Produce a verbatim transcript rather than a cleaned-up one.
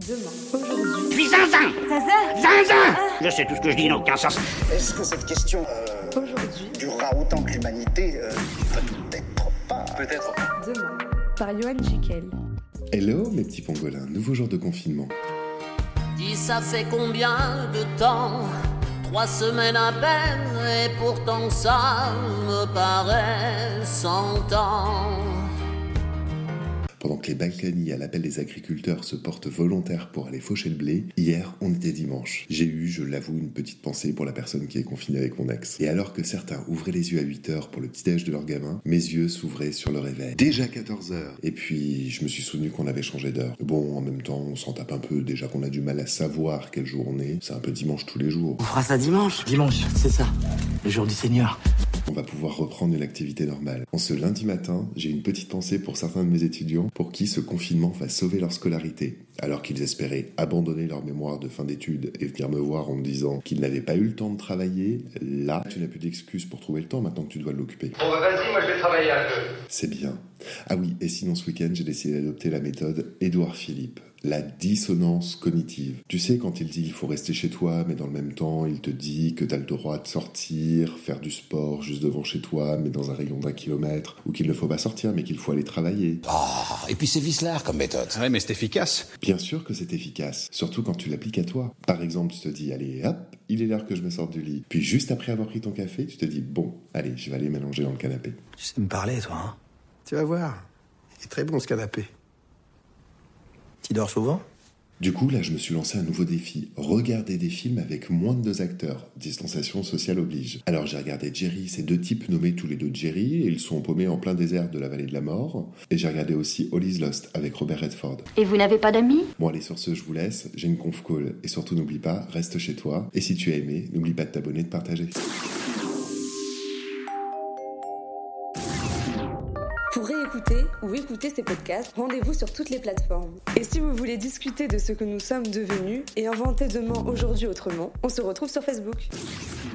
demain, aujourd'hui. Puis zinzin Zaza Zinzin Je sais tout ce que je dis n'a aucun sens. Est-ce que cette question euh, Aujourd'hui. durera autant que l'humanité euh, Peut-être pas. Peut-être pas. Demain, par Johan Jekyll. Hello mes petits pangolins, nouveau jour de confinement. Dis ça fait combien de temps? Trois semaines à peine, et pourtant ça me paraît cent ans. Pendant que les Balkany à l'appel des agriculteurs se portent volontaires pour aller faucher le blé, hier on était dimanche. J'ai eu, je l'avoue, une petite pensée pour la personne qui est confinée avec mon ex. Et alors que certains ouvraient les yeux à huit heures pour le petit-déj de leur gamin, mes yeux s'ouvraient sur le réveil. Déjà quatorze heures. Et puis je me suis souvenu qu'on avait changé d'heure. Bon, en même temps, on s'en tape un peu, déjà qu'on a du mal à savoir quel jour on est. C'est un peu dimanche tous les jours. On fera ça dimanche. Dimanche, c'est ça, le jour du Seigneur. On va pouvoir reprendre une activité normale. En ce lundi matin, j'ai une petite pensée pour certains de mes étudiants pour qui ce confinement va sauver leur scolarité. Alors qu'ils espéraient abandonner leur mémoire de fin d'études et venir me voir en me disant qu'ils n'avaient pas eu le temps de travailler, là, tu n'as plus d'excuses pour trouver le temps maintenant que tu dois l'occuper. Bon bah vas-y, moi je vais travailler un peu. C'est bien. Ah oui, et sinon ce week-end, j'ai décidé d'adopter la méthode Édouard Philippe. La dissonance cognitive. Tu sais, quand il dit il faut rester chez toi, mais dans le même temps, il te dit que t'as le droit de sortir, faire du sport juste devant chez toi, mais dans un rayon d'un kilomètre, ou qu'il ne faut pas sortir, mais qu'il faut aller travailler. Oh, et puis c'est vicelard comme méthode. Ouais, mais c'est efficace. Bien sûr que c'est efficace, surtout quand tu l'appliques à toi. Par exemple, tu te dis, allez, hop, il est l'heure que je me sorte du lit. Puis juste après avoir pris ton café, tu te dis, bon, allez, je vais aller m'allonger dans le canapé. Tu sais me parler, toi, hein? Tu vas voir, il est très bon ce canapé. Tu dors souvent? Du coup, là, je me suis lancé un nouveau défi. Regarder des films avec moins de deux acteurs. Distanciation sociale oblige. Alors, j'ai regardé Jerry, ces deux types nommés tous les deux Jerry, et ils sont paumés en plein désert de la vallée de la mort. Et j'ai regardé aussi All is Lost avec Robert Redford. Et vous n'avez pas d'amis? Bon, allez, sur ce, je vous laisse. J'ai une conf call. Et surtout, n'oublie pas, reste chez toi. Et si tu as aimé, n'oublie pas de t'abonner et de partager. Pour réécouter ou écouter ces podcasts, rendez-vous sur toutes les plateformes. Et si vous voulez discuter de ce que nous sommes devenus et inventer demain, aujourd'hui autrement, on se retrouve sur Facebook.